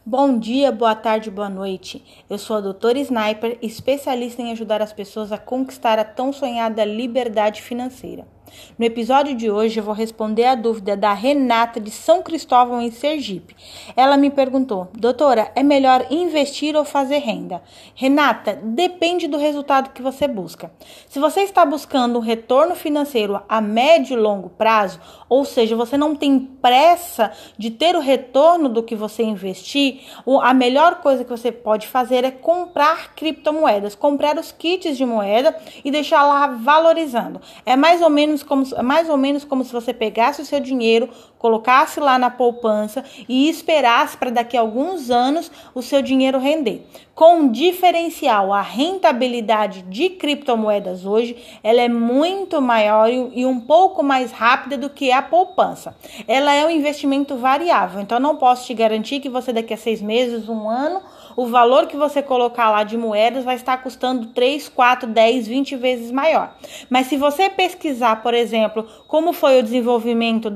Bom dia, boa tarde, boa noite. Eu sou a doutora Sniper, especialista em ajudar as pessoas a conquistar a tão sonhada liberdade financeira. No episódio de hoje eu vou responder a dúvida da Renata de São Cristóvão, em Sergipe. Ela me perguntou: doutora, é melhor investir ou fazer renda? Renata, depende do resultado que você busca. Se você está buscando um retorno financeiro a médio e longo prazo, ou seja, você não tem pressa de ter o retorno do que você investir, a melhor coisa que você pode fazer é comprar criptomoedas, comprar os kits de moeda e deixar lá valorizando. É mais ou menos como se você pegasse o seu dinheiro, colocasse lá na poupança e esperasse para daqui a alguns anos o seu dinheiro render. Com um diferencial, a rentabilidade de criptomoedas hoje, ela é muito maior e um pouco mais rápida do que a poupança. Ela é um investimento variável, então não posso te garantir que você daqui a 6 meses, 1 ano, o valor que você colocar lá de moedas vai estar custando 3, 4, 10, 20 vezes maior. Mas se você pesquisar, por exemplo, como foi o desenvolvimento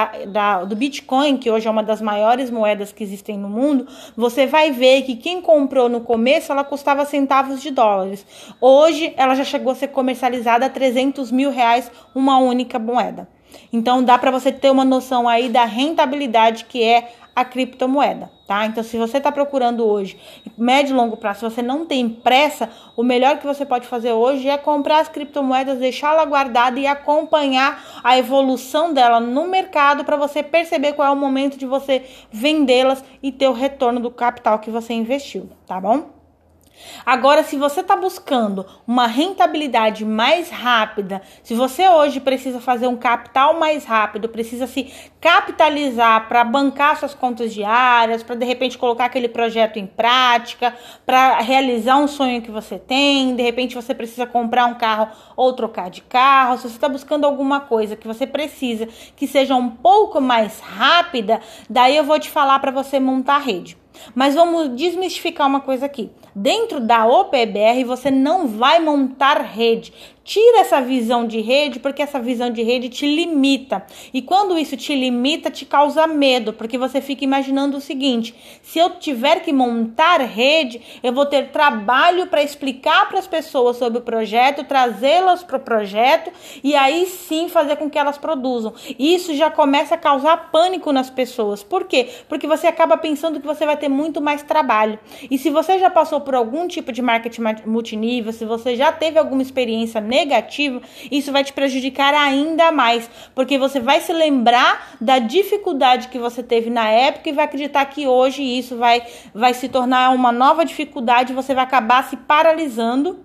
do Bitcoin, que hoje é uma das maiores moedas que existem no mundo, você vai ver que quem comprou no começo, ela custava centavos de dólares. Hoje, ela já chegou a ser comercializada a 300 mil reais uma única moeda. Então, dá para você ter uma noção aí da rentabilidade que é a criptomoeda, tá? Então, se você está procurando hoje, médio e longo prazo, se você não tem pressa, o melhor que você pode fazer hoje é comprar as criptomoedas, deixá-la guardada e acompanhar a evolução dela no mercado para você perceber qual é o momento de você vendê-las e ter o retorno do capital que você investiu, tá bom? Agora, se você está buscando uma rentabilidade mais rápida, se você hoje precisa fazer um capital mais rápido, precisa se capitalizar para bancar suas contas diárias, para de repente colocar aquele projeto em prática, para realizar um sonho que você tem, de repente você precisa comprar um carro ou trocar de carro, se você está buscando alguma coisa que você precisa que seja um pouco mais rápida, daí eu vou te falar para você montar a rede. Mas vamos desmistificar uma coisa aqui. Dentro da OPBR você não vai montar rede. Tira essa visão de rede, porque essa visão de rede te limita. E quando isso te limita, te causa medo, porque você fica imaginando o seguinte: se eu tiver que montar rede, eu vou ter trabalho para explicar para as pessoas sobre o projeto, trazê-las para o projeto e aí sim fazer com que elas produzam. Isso já começa a causar pânico nas pessoas. Por quê? Porque você acaba pensando que você vai ter muito mais trabalho. E se você já passou por algum tipo de marketing multinível, se você já teve alguma experiência negativa, isso vai te prejudicar ainda mais, porque você vai se lembrar da dificuldade que você teve na época e vai acreditar que hoje isso vai se tornar uma nova dificuldade, você vai acabar se paralisando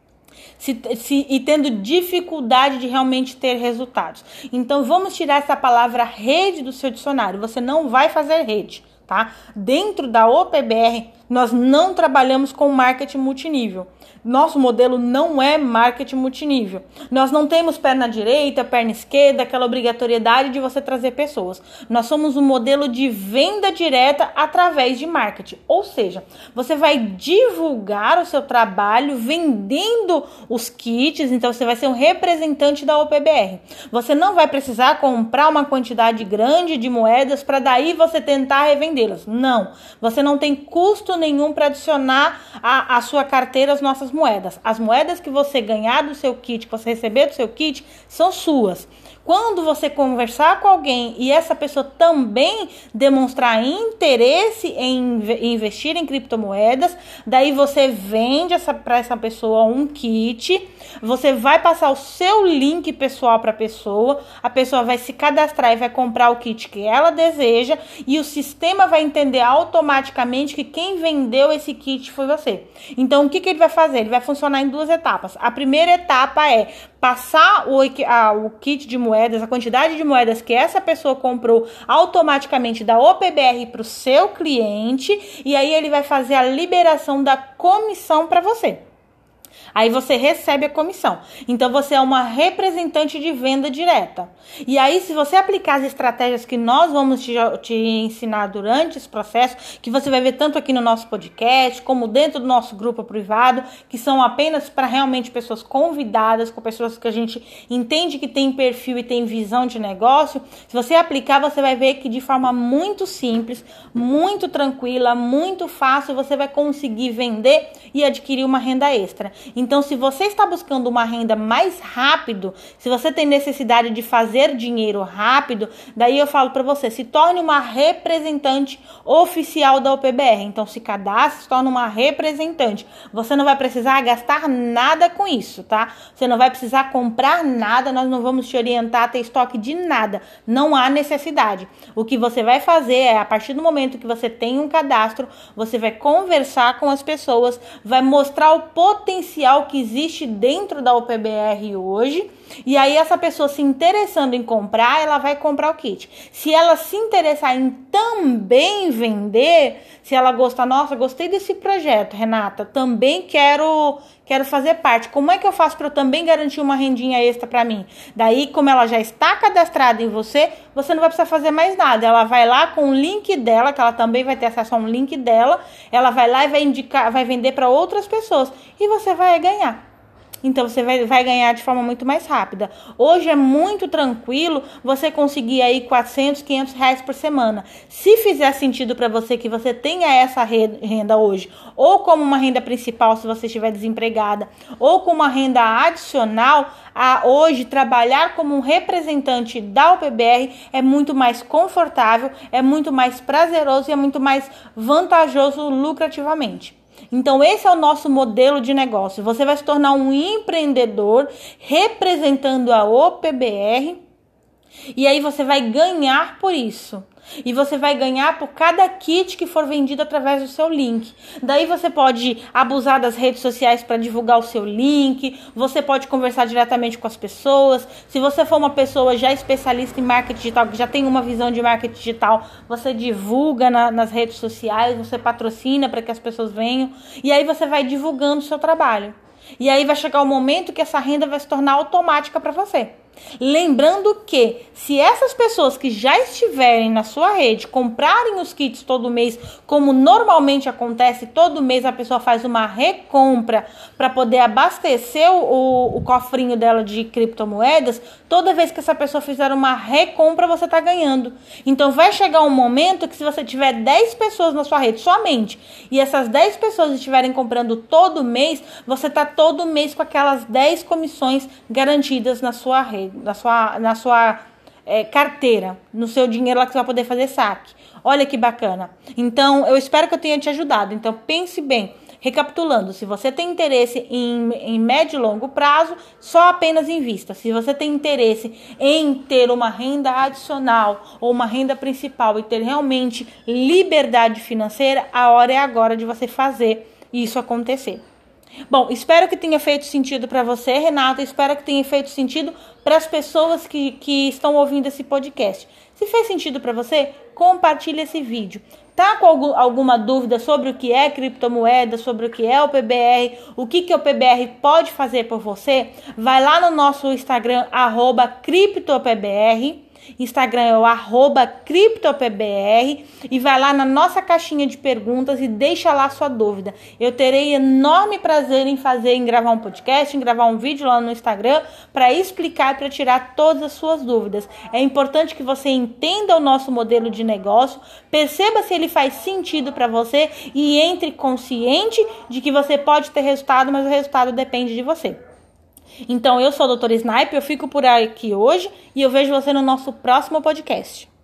e tendo dificuldade de realmente ter resultados. Então vamos tirar essa palavra rede do seu dicionário. Você não vai fazer rede, tá? Dentro da OPBR, nós não trabalhamos com marketing multinível. Nosso modelo não é marketing multinível. Nós não temos perna direita, perna esquerda, aquela obrigatoriedade de você trazer pessoas. Nós somos um modelo de venda direta através de marketing. Ou seja, você vai divulgar o seu trabalho vendendo os kits, então você vai ser um representante da OPBR. Você não vai precisar comprar uma quantidade grande de moedas para daí você tentar revendê-las. Não, você não tem custo nenhum para adicionar à sua carteira as nossas moedas. As moedas que você ganhar do seu kit, que você receber do seu kit, são suas. Quando você conversar com alguém e essa pessoa também demonstrar interesse em investir em criptomoedas, daí você vende para essa pessoa um kit, você vai passar o seu link pessoal para a pessoa vai se cadastrar e vai comprar o kit que ela deseja e o sistema vai entender automaticamente que quem vendeu esse kit foi você. Então, o que ele vai fazer? Ele vai funcionar em 2 etapas. A primeira etapa é passar o kit de moedas, a quantidade de moedas que essa pessoa comprou automaticamente da OPBR para o seu cliente, e aí ele vai fazer a liberação da comissão para você. Aí você recebe a comissão. Então você é uma representante de venda direta. E aí, se você aplicar as estratégias que nós vamos te ensinar durante esse processo, que você vai ver tanto aqui no nosso podcast, como dentro do nosso grupo privado, que são apenas para realmente pessoas convidadas, com pessoas que a gente entende que tem perfil e tem visão de negócio, se você aplicar, você vai ver que de forma muito simples, muito tranquila, muito fácil, você vai conseguir vender e adquirir uma renda extra. Então, se você está buscando uma renda mais rápido, se você tem necessidade de fazer dinheiro rápido, daí eu falo para você, se torne uma representante oficial da OPBR. Então, se cadastre, se torne uma representante. Você não vai precisar gastar nada com isso, tá? Você não vai precisar comprar nada, nós não vamos te orientar a ter estoque de nada. Não há necessidade. O que você vai fazer é, a partir do momento que você tem um cadastro, você vai conversar com as pessoas, vai mostrar o potencial que existe dentro da OPBR hoje, e aí essa pessoa se interessando em comprar, ela vai comprar o kit. Se ela se interessar em também vender, se ela gostar, nossa, gostei desse projeto, Renata, também quero fazer parte. Como é que eu faço para eu também garantir uma rendinha extra para mim? Daí, como ela já está cadastrada em você, você não vai precisar fazer mais nada. Ela vai lá com o link dela, que ela também vai ter acesso a um link dela, ela vai lá e vai vender para outras pessoas e você vai ganhar. Então, você vai ganhar de forma muito mais rápida. Hoje é muito tranquilo você conseguir aí 400, 500 reais por semana. Se fizer sentido para você que você tenha essa renda hoje, ou como uma renda principal se você estiver desempregada, ou como uma renda adicional, hoje trabalhar como um representante da OPBR é muito mais confortável, é muito mais prazeroso e é muito mais vantajoso lucrativamente. Então, esse é o nosso modelo de negócio. Você vai se tornar um empreendedor representando a OPBR e aí você vai ganhar por isso. E você vai ganhar por cada kit que for vendido através do seu link. Daí você pode abusar das redes sociais para divulgar o seu link. Você pode conversar diretamente com as pessoas. Se você for uma pessoa já especialista em marketing digital, que já tem uma visão de marketing digital, você divulga nas redes sociais, você patrocina para que as pessoas venham. E aí você vai divulgando o seu trabalho. E aí vai chegar o momento que essa renda vai se tornar automática para você. Lembrando que se essas pessoas que já estiverem na sua rede comprarem os kits todo mês, como normalmente acontece, todo mês a pessoa faz uma recompra para poder abastecer o cofrinho dela de criptomoedas, toda vez que essa pessoa fizer uma recompra, você está ganhando. Então vai chegar um momento que se você tiver 10 pessoas na sua rede somente, e essas 10 pessoas estiverem comprando todo mês, você está todo mês com aquelas 10 comissões garantidas na sua rede, na sua carteira, no seu dinheiro lá que você vai poder fazer saque. Olha que bacana. Então, eu espero que eu tenha te ajudado. Então, pense bem. Recapitulando, se você tem interesse em médio e longo prazo, só apenas invista. Se você tem interesse em ter uma renda adicional ou uma renda principal e ter realmente liberdade financeira, a hora é agora de você fazer isso acontecer. Bom, espero que tenha feito sentido para você, Renata. Espero que tenha feito sentido para as pessoas que estão ouvindo esse podcast. Se fez sentido para você, compartilhe esse vídeo. Tá com alguma dúvida sobre o que é criptomoeda, sobre o que é o PBR, o que o PBR pode fazer por você? Vai lá no nosso Instagram, @criptopbr. Instagram é o @criptopbr e vai lá na nossa caixinha de perguntas e deixa lá sua dúvida. Eu terei enorme prazer em gravar um podcast, em gravar um vídeo lá no Instagram para explicar, para tirar todas as suas dúvidas. É importante que você entenda o nosso modelo de negócio, perceba se ele faz sentido para você e entre consciente de que você pode ter resultado, mas o resultado depende de você. Então, eu sou a Doutora Sniper, eu fico por aqui hoje e eu vejo você no nosso próximo podcast.